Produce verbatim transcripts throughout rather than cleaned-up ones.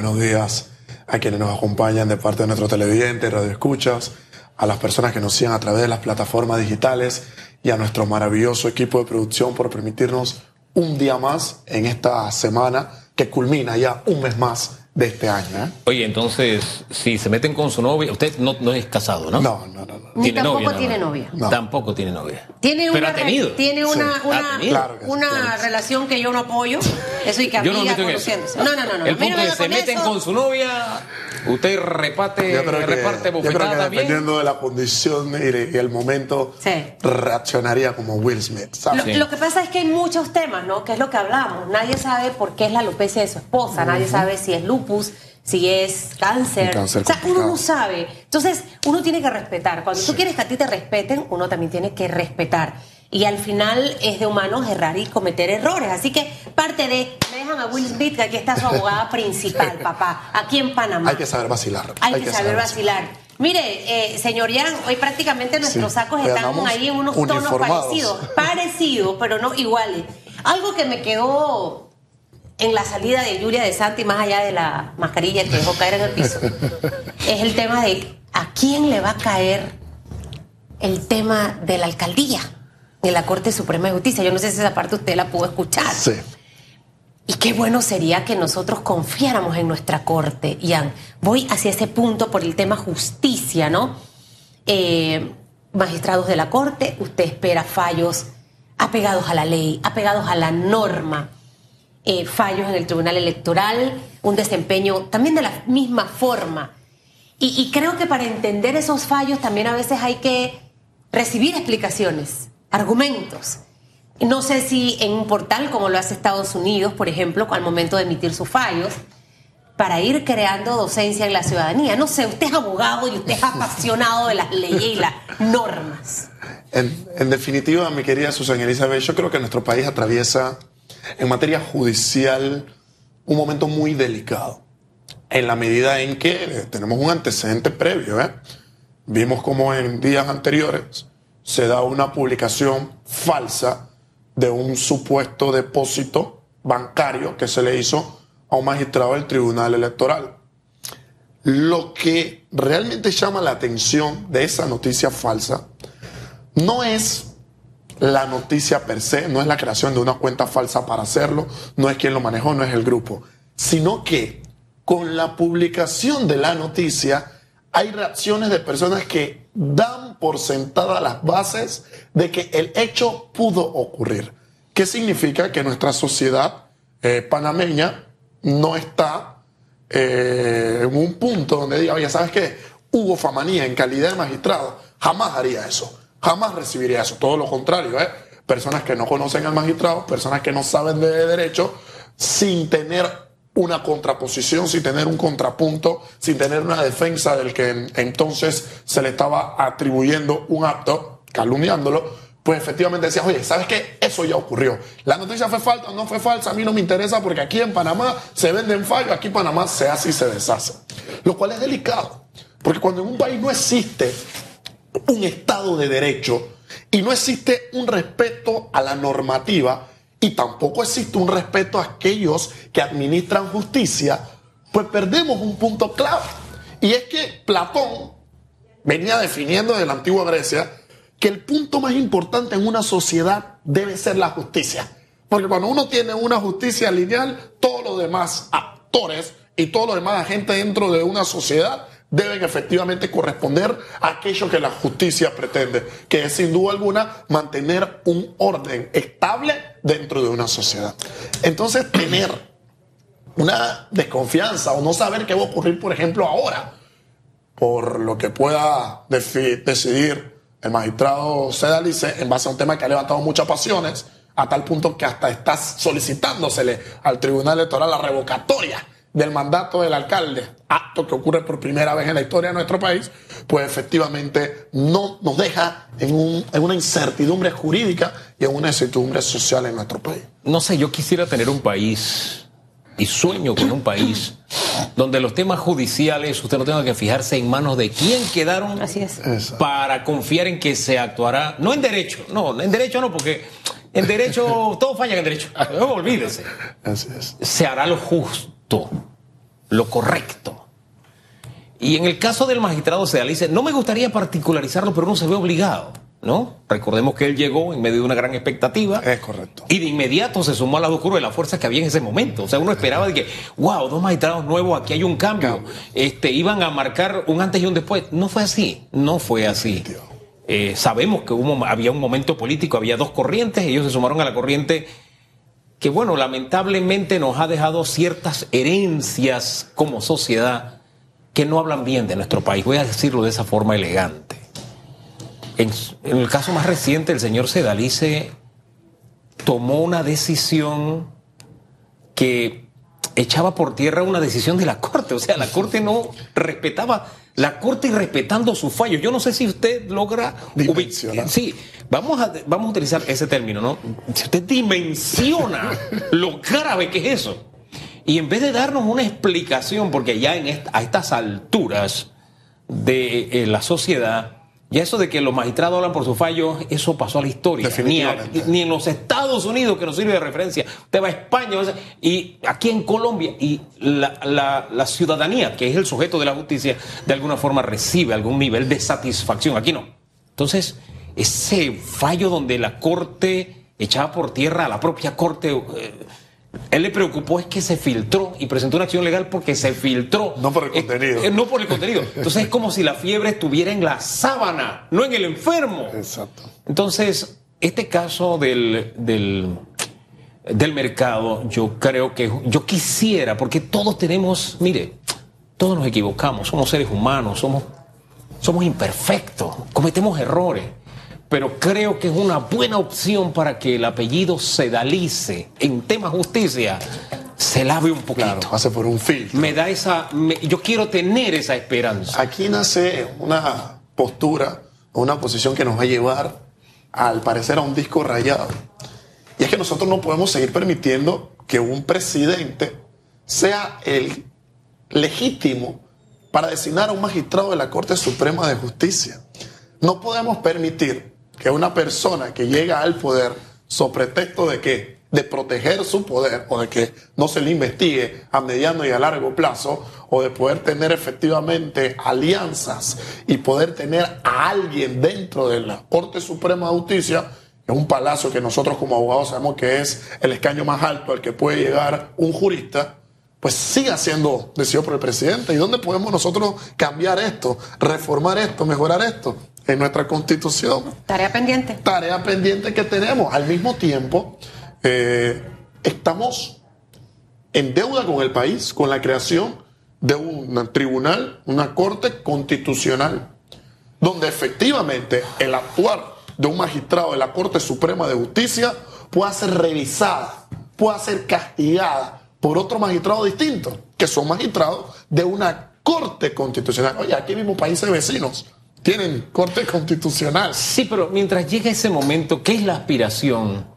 buenos días a quienes nos acompañan de parte de nuestros televidentes, radioescuchas, a las personas que nos siguen a través de las plataformas digitales y a nuestro maravilloso equipo de producción por permitirnos un día más en esta semana que culmina ya un mes más de este año. ¿eh? Oye, entonces, si se meten con su novia, usted no, no es casado, ¿no? No, no, no. no. Ni ¿Tiene tampoco novia, tiene no? novia. No. Tampoco tiene novia. Tiene Pero una, ha tenido. Tiene una, Sí. una, Ha tenido. Claro que sí, una claro que sí. relación que yo no apoyo. Eso y que Yo no me amigas meto en eso. conociéndose. No, no, no, no. El A mí punto no me es venga que se meten eso. con su novia, usted reparte, Yo creo que, reparte yo creo bofetada que también. dependiendo de la condición y, y el momento, Sí. reaccionaría como Will Smith, ¿sabes? Lo, Sí. lo que pasa es que hay muchos temas, ¿no? Que es lo que hablamos. Nadie sabe por qué es la alopecia de su esposa. Nadie sabe si es lupus, si es cáncer. Un cáncer o sea, uno complicado. no sabe. Entonces, uno tiene que respetar. Cuando Sí. tú quieres que a ti te respeten, uno también tiene que respetar. Y al final es de humanos errar y cometer errores. Así que parte de... Me dejan a Will Smith, que aquí está su abogada principal, papá. Aquí en Panamá. Hay que saber vacilar. Hay, que, saber vacilar. Mire, eh, señor Yan, hoy prácticamente nuestros Sí. sacos Hoy están andamos ahí en unos tonos uniformados. parecidos. Parecidos, pero no iguales. Algo que me quedó en la salida de Yulia de Santi, más allá de la mascarilla que dejó caer en el piso, es el tema de a quién le va a caer el tema de la alcaldía de la Corte Suprema de Justicia. Yo no sé si esa parte usted la pudo escuchar. Sí. Y qué bueno sería que nosotros confiáramos en nuestra Corte, Ian. Voy hacia ese punto por el tema justicia, ¿no? Eh, magistrados de la Corte, usted espera fallos apegados a la ley, apegados a la norma, eh, fallos en el Tribunal Electoral, un desempeño también de la misma forma. Y, y creo que para entender esos fallos también a veces hay que recibir explicaciones, argumentos. No sé si en un portal como lo hace Estados Unidos, por ejemplo, al momento de emitir sus fallos, para ir creando docencia en la ciudadanía. No sé, usted es abogado y usted es apasionado de las leyes y las normas. En, en definitiva, mi querida Susana Elizabeth, yo creo que nuestro país atraviesa en materia judicial un momento muy delicado, en la medida en que eh, tenemos un antecedente previo. ¿eh? Vimos como en días anteriores se da una publicación falsa de un supuesto depósito bancario que se le hizo a un magistrado del Tribunal Electoral. Lo que realmente llama la atención de esa noticia falsa no es la noticia per se, no es la creación de una cuenta falsa para hacerlo, no es quien lo manejó, no es el grupo, sino que con la publicación de la noticia hay reacciones de personas que dan por sentada las bases de que el hecho pudo ocurrir. ¿Qué significa? Que nuestra sociedad eh, panameña no está eh, en un punto donde diga, oye, ¿sabes qué? Hugo Famanía, en calidad de magistrado, jamás haría eso, jamás recibiría eso. Todo lo contrario, ¿eh? Personas que no conocen al magistrado, personas que no saben de derecho, sin tener una contraposición, sin tener un contrapunto, sin tener una defensa del que en, entonces se le estaba atribuyendo un acto, calumniándolo, pues efectivamente decías, oye, ¿sabes qué? Eso ya ocurrió. La noticia fue falsa o no fue falsa, a mí no me interesa porque aquí en Panamá se venden fallos, aquí en Panamá se hace y se deshace. Lo cual es delicado, porque cuando en un país no existe un Estado de Derecho y no existe un respeto a la normativa y tampoco existe un respeto a aquellos que administran justicia, pues perdemos un punto clave. Y es que Platón venía definiendo desde la antigua Grecia que el punto más importante en una sociedad debe ser la justicia. Porque cuando uno tiene una justicia lineal, todos los demás actores y todos los demás agentes dentro de una sociedad deben efectivamente corresponder a aquello que la justicia pretende, que es sin duda alguna mantener un orden estable dentro de una sociedad. Entonces, tener una desconfianza o no saber qué va a ocurrir, por ejemplo, ahora, por lo que pueda decidir el magistrado Sedalice en base a un tema que ha levantado muchas pasiones, a tal punto que hasta está solicitándosele al Tribunal Electoral la revocatoria del mandato del alcalde, acto que ocurre por primera vez en la historia de nuestro país, pues efectivamente no nos deja en, un, en una incertidumbre jurídica y en una incertidumbre social en nuestro país. No sé, yo quisiera tener un país y sueño con un país donde los temas judiciales usted no tenga que fijarse en manos de quién quedaron. Así es. Eso. Para confiar en que se actuará, no en derecho, no, en derecho no, porque en derecho todo falla en derecho, no, olvídese. Así es. Se hará lo justo. lo correcto. Y en el caso del magistrado Sedalice, no me gustaría particularizarlo, pero uno se ve obligado, ¿no? Recordemos que él llegó en medio de una gran expectativa. Es correcto. Y de inmediato se sumó al lado oscuro de la fuerza que había en ese momento. O sea, uno esperaba de que, wow, dos magistrados nuevos, aquí hay un cambio. cambio. Este, iban a marcar un antes y un después. No fue así, no fue así. Eh, sabemos que hubo, había un momento político, había dos corrientes, ellos se sumaron a la corriente que, bueno, lamentablemente nos ha dejado ciertas herencias como sociedad que no hablan bien de nuestro país. Voy a decirlo de esa forma elegante. En, en el caso más reciente, el señor Sedalice tomó una decisión que echaba por tierra una decisión de la Corte. O sea, la Corte no respetaba, la Corte irrespetando sus fallos. Yo no sé si usted logra dimensionar. Sí, vamos a, vamos a utilizar ese término, ¿no? Si usted dimensiona lo grave que es eso, y en vez de darnos una explicación, porque ya en esta, a estas alturas de eh, la sociedad, ya eso de que los magistrados hablan por sus fallos, eso pasó a la historia. Ni, a, ni en los Estados Unidos, que nos sirve de referencia. Usted va a España, y aquí en Colombia, y la, la, la ciudadanía, que es el sujeto de la justicia, de alguna forma recibe algún nivel de satisfacción. Aquí no. Entonces, ese fallo donde la Corte echaba por tierra a la propia Corte... Eh, él le preocupó es que se filtró y presentó una acción legal porque se filtró. No por el contenido. Eh, eh, no por el contenido. Entonces es como si la fiebre estuviera en la sábana, no en el enfermo. Exacto. Entonces, este caso del, del, del mercado, yo creo que yo quisiera, porque todos tenemos, mire, todos nos equivocamos, somos seres humanos, somos, somos imperfectos, cometemos errores. Pero creo que es una buena opción para que el apellido Sedalice en tema justicia se lave un poquito. Claro, pase por un filtro. Me da esa, me, yo quiero tener esa esperanza. Aquí nace una postura, una posición que nos va a llevar, al parecer, a un disco rayado. Y es que nosotros no podemos seguir permitiendo que un presidente sea el legítimo para designar a un magistrado de la Corte Suprema de Justicia. No podemos permitir que una persona que llega al poder sobre pretexto de que de proteger su poder o de que no se le investigue a mediano y a largo plazo o de poder tener efectivamente alianzas y poder tener a alguien dentro de la Corte Suprema de Justicia, que es un palacio que nosotros como abogados sabemos que es el escaño más alto al que puede llegar un jurista, pues siga siendo decidido por el presidente. ¿Y dónde podemos nosotros cambiar esto, reformar esto, mejorar esto? En nuestra Constitución. Tarea pendiente. Tarea pendiente que tenemos. Al mismo tiempo, eh, estamos en deuda con el país, con la creación de un tribunal, una Corte Constitucional, donde efectivamente el actuar de un magistrado de la Corte Suprema de Justicia pueda ser revisada, pueda ser castigada por otro magistrado distinto, que son magistrados de una Corte Constitucional. Oye, aquí mismo países vecinos tienen Corte Constitucional. Sí, pero mientras llega ese momento, ¿qué es la aspiración?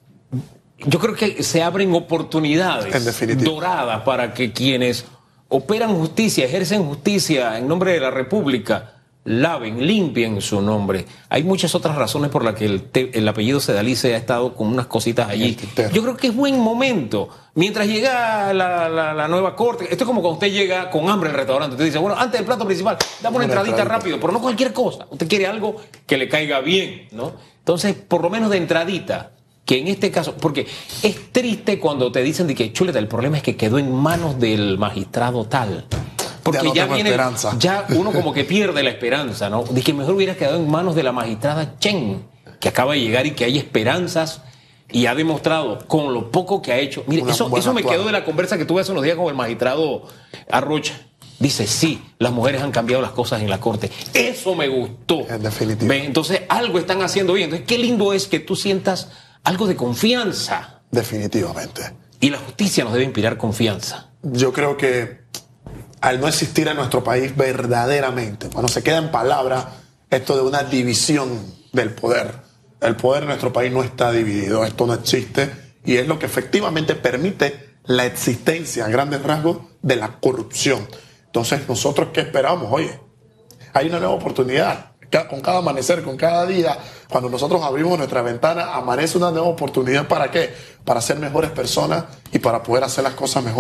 Yo creo que se abren oportunidades en definitiva doradas para que quienes operan justicia, ejercen justicia en nombre de la República, laven, limpien su nombre. Hay muchas otras razones por las que el, te, el apellido Sedalice ha estado con unas cositas allí. Yo creo que es buen momento. Mientras llega la, la, la nueva corte, esto es como cuando usted llega con hambre al restaurante. Usted dice, bueno, antes del plato principal, dame una, una entradita, entradita rápido, pero no cualquier cosa. Usted quiere algo que le caiga bien, ¿no? Entonces, por lo menos de entradita, que en este caso, porque es triste cuando te dicen de que, chuleta, el problema es que quedó en manos del magistrado tal. Porque ya, no ya viene, esperanza. Ya uno como que pierde la esperanza, ¿no? De que mejor hubiera quedado en manos de la magistrada Chen, que acaba de llegar y que hay esperanzas y ha demostrado con lo poco que ha hecho. Mire, Una eso, eso me quedó de la conversa que tuve hace unos días con el magistrado Arrocha. Dice, sí, las mujeres han cambiado las cosas en la corte. Eso me gustó. En definitiva. ¿Ve? Entonces, algo están haciendo bien. Entonces, qué lindo es que tú sientas algo de confianza. Definitivamente. Y la justicia nos debe inspirar confianza. Yo creo que al no existir en nuestro país verdaderamente, bueno, se queda en palabras esto de una división del poder. El poder en nuestro país no está dividido, esto no existe, y es lo que efectivamente permite la existencia a grandes rasgos de la corrupción. Entonces, ¿nosotros qué esperamos? Oye, hay una nueva oportunidad. Con cada amanecer, con cada día, cuando nosotros abrimos nuestra ventana, amanece una nueva oportunidad. ¿Para qué? Para ser mejores personas y para poder hacer las cosas mejor.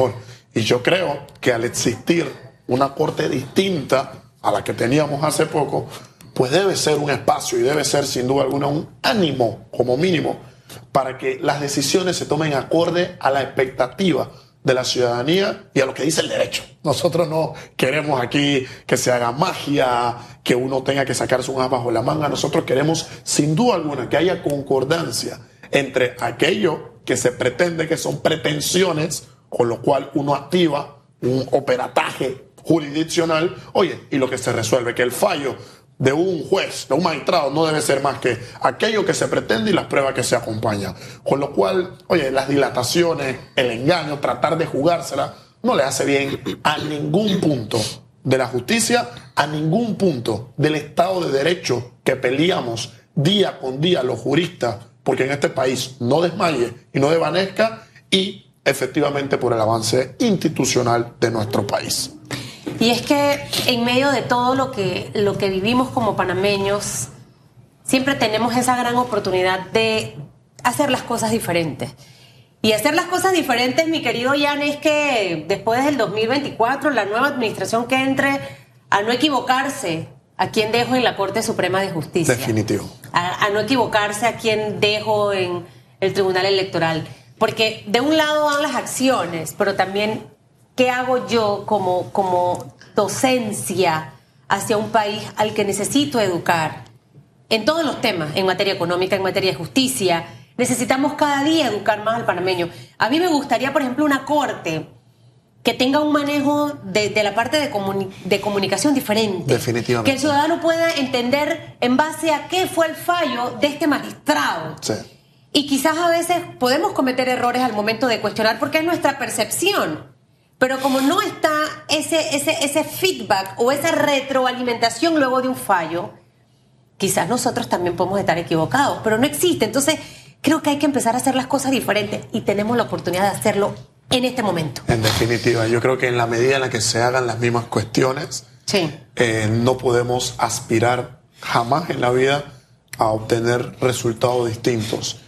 Y yo creo que al existir una corte distinta a la que teníamos hace poco, pues debe ser un espacio y debe ser sin duda alguna un ánimo, como mínimo, para que las decisiones se tomen acorde a la expectativa de la ciudadanía y a lo que dice el derecho. Nosotros no queremos aquí que se haga magia, que uno tenga que sacarse un as bajo la manga. Nosotros queremos, sin duda alguna, que haya concordancia entre aquello que se pretende que son pretensiones, con lo cual uno activa un operataje jurisdiccional, oye, y lo que se resuelve, que el fallo de un juez, de un magistrado, no debe ser más que aquello que se pretende y las pruebas que se acompañan. Con lo cual, oye, las dilataciones, el engaño, tratar de jugársela, no le hace bien a ningún punto de la justicia, a ningún punto del Estado de Derecho que peleamos día con día los juristas, porque en este país no desmaye y no desvanezca, y efectivamente por el avance institucional de nuestro país. Y es que en medio de todo lo que, lo que vivimos como panameños, siempre tenemos esa gran oportunidad de hacer las cosas diferentes. Y hacer las cosas diferentes, mi querido Jan, es que después del dos mil veinticuatro, la nueva administración que entre, a no equivocarse a quién dejo en la Corte Suprema de Justicia. Definitivo. A, a no equivocarse a quién dejo en el Tribunal Electoral. Porque de un lado van las acciones, pero también ¿qué hago yo como, como docencia hacia un país al que necesito educar? En todos los temas, en materia económica, en materia de justicia, necesitamos cada día educar más al panameño. A mí me gustaría, por ejemplo, una corte que tenga un manejo de, de la parte de, comuni- de comunicación diferente. Definitivamente. Que el ciudadano pueda entender en base a qué fue el fallo de este magistrado. Sí. Y quizás a veces podemos cometer errores al momento de cuestionar porque es nuestra percepción. Pero como no está ese, ese, ese feedback o esa retroalimentación luego de un fallo, quizás nosotros también podemos estar equivocados, pero no existe. Entonces, creo que hay que empezar a hacer las cosas diferentes y tenemos la oportunidad de hacerlo en este momento. En definitiva, yo creo que en la medida en la que se hagan las mismas cuestiones, sí. eh, no podemos aspirar jamás en la vida a obtener resultados distintos.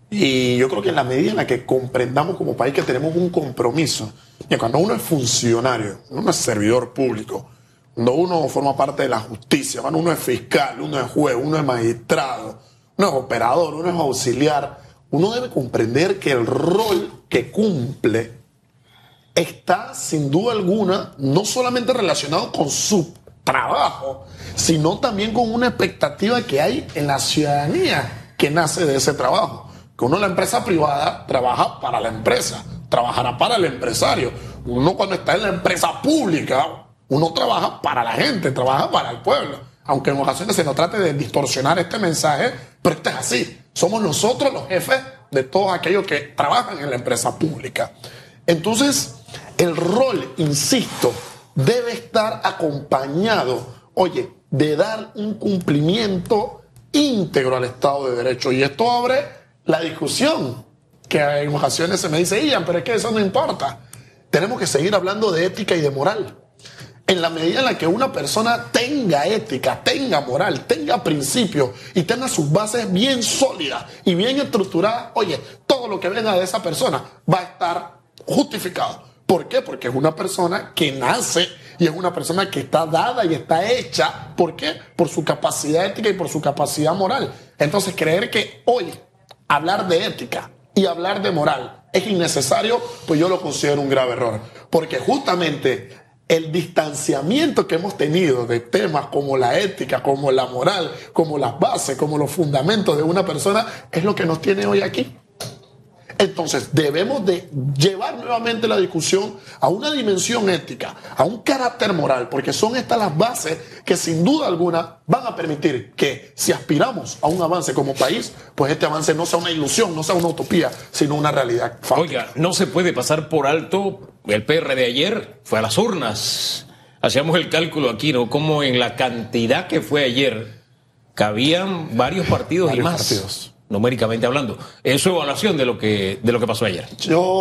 Y yo creo que en la medida en la que comprendamos como país que tenemos un compromiso, y cuando uno es funcionario, uno es servidor público, cuando uno forma parte de la justicia, cuando uno es fiscal, uno es juez, uno es magistrado, uno es operador, uno es auxiliar, uno debe comprender que el rol que cumple está sin duda alguna no solamente relacionado con su trabajo, sino también con una expectativa que hay en la ciudadanía que nace de ese trabajo. Que uno en la empresa privada trabaja para la empresa, trabajará para el empresario. Uno cuando está en la empresa pública, uno trabaja para la gente, trabaja para el pueblo. Aunque en ocasiones se nos trate de distorsionar este mensaje, pero esto es así. Somos nosotros los jefes de todos aquellos que trabajan en la empresa pública. Entonces, el rol, insisto, debe estar acompañado, oye, de dar un cumplimiento íntegro al Estado de Derecho. Y esto abre la discusión, que en ocasiones se me dice, Ian, pero es que eso no importa. Tenemos que seguir hablando de ética y de moral. En la medida en la que una persona tenga ética, tenga moral, tenga principios y tenga sus bases bien sólidas y bien estructuradas, oye, todo lo que venga de esa persona va a estar justificado. ¿Por qué? Porque es una persona que nace y es una persona que está dada y está hecha. ¿Por qué? Por su capacidad ética y por su capacidad moral. Entonces, creer que hoy hablar de ética y hablar de moral es innecesario, pues yo lo considero un grave error. Porque justamente el distanciamiento que hemos tenido de temas como la ética, como la moral, como las bases, como los fundamentos de una persona, es lo que nos tiene hoy aquí. Entonces debemos de llevar nuevamente la discusión a una dimensión ética, a un carácter moral, porque son estas las bases que sin duda alguna van a permitir que si aspiramos a un avance como país, pues este avance no sea una ilusión, no sea una utopía, sino una realidad fáctica. Oiga, no se puede pasar por alto, el P R de ayer fue a las urnas. Hacíamos el cálculo aquí, ¿no? Como en la cantidad que fue ayer, cabían varios partidos varios y más. Partidos. Numéricamente hablando. Es su evaluación de lo que de lo que pasó ayer.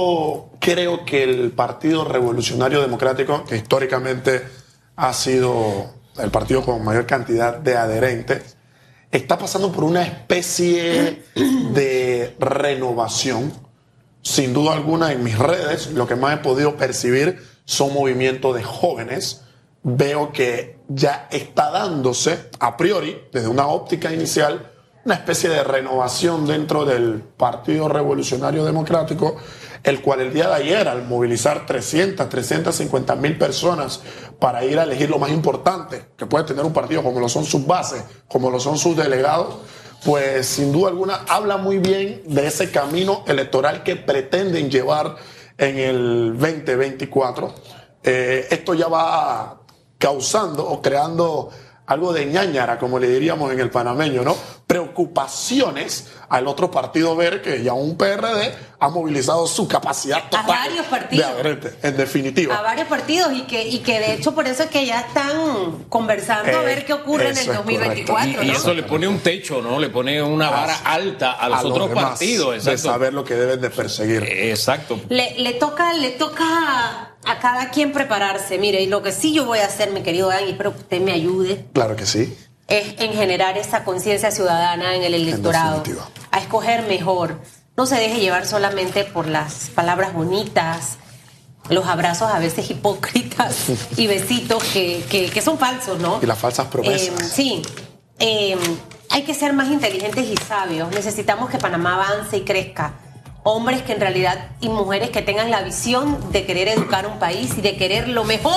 Yo creo que el Partido Revolucionario Democrático, que históricamente ha sido el partido con mayor cantidad de adherentes, está pasando por una especie de renovación, sin duda alguna, en mis redes, lo que más he podido percibir son movimientos de jóvenes. Veo que ya está dándose, a priori, desde una óptica inicial, una especie de renovación dentro del Partido Revolucionario Democrático, el cual el día de ayer, al movilizar trescientas, trescientas cincuenta mil personas para ir a elegir lo más importante que puede tener un partido, como lo son sus bases, como lo son sus delegados, pues sin duda alguna habla muy bien de ese camino electoral que pretenden llevar en el veinte veinticuatro. Eh, esto ya va causando o creando algo de ñáñara, como le diríamos en el panameño, ¿no? Preocupaciones al otro partido ver que ya un P R D ha movilizado su capacidad total. A varios partidos. De adherente, en definitiva. A varios partidos y que, y que de hecho por eso es que ya están conversando Eh, a ver qué ocurre en el eso es dos mil veinticuatro. correcto. Y ¿no? eso le pone un techo, ¿no? Le pone una vara Ah, alta a los a los otros demás, partidos. de Exacto. saber lo que deben de perseguir. Exacto. Le, le toca, le toca a cada quien prepararse. Mire, y lo que sí yo voy a hacer, mi querido Dan, y espero que usted me ayude, Claro que sí. es en generar esa conciencia ciudadana en el electorado, definitiva. a escoger mejor. No se deje llevar solamente por las palabras bonitas, los abrazos a veces hipócritas y besitos que, que, que son falsos, ¿no? Y las falsas promesas. Eh, sí. Eh, hay que ser más inteligentes y sabios. Necesitamos que Panamá avance y crezca. Hombres que en realidad y mujeres que tengan la visión de querer educar un país y de querer lo mejor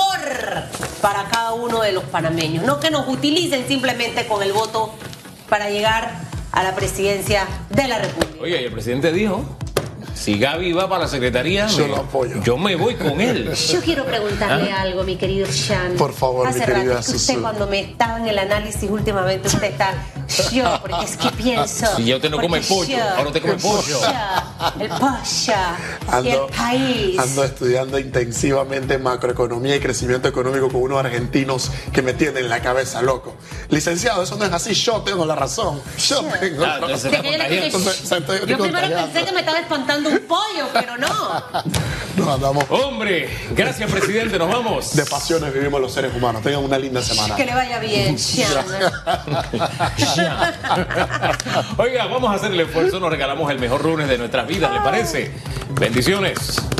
para cada uno de los panameños. No que nos utilicen simplemente con el voto para llegar a la presidencia de la República. Oye, y el presidente dijo, si Gaby va para la secretaría, Yo me- lo apoyo. yo me voy con él. Yo quiero preguntarle algo, mi querido Sean. Por favor, Hace mi querida rato que usted Susu. cuando me estaba en el análisis últimamente, usted está yo, porque es que pienso. Si ya usted no come porque pollo, yo, ahora usted come pollo. yo, el pollo y el Ando, país. ando estudiando intensivamente macroeconomía y crecimiento económico con unos argentinos que me tienen la cabeza loco. Licenciado, eso no es así. Yo tengo la razón. Yo tengo Ah, la entonces razón. De que yo le dije, Entonces, se estoy yo primero contagiando. pensé que me estaba espantando un pollo, pero no. Nos andamos Hombre, gracias presidente, nos vamos. de pasiones, vivimos los seres humanos. Tengan una linda semana. Que le vaya bien, Sean. Oiga, vamos a hacer el esfuerzo, nos regalamos el mejor lunes de nuestras vidas, ¿le parece? Bendiciones.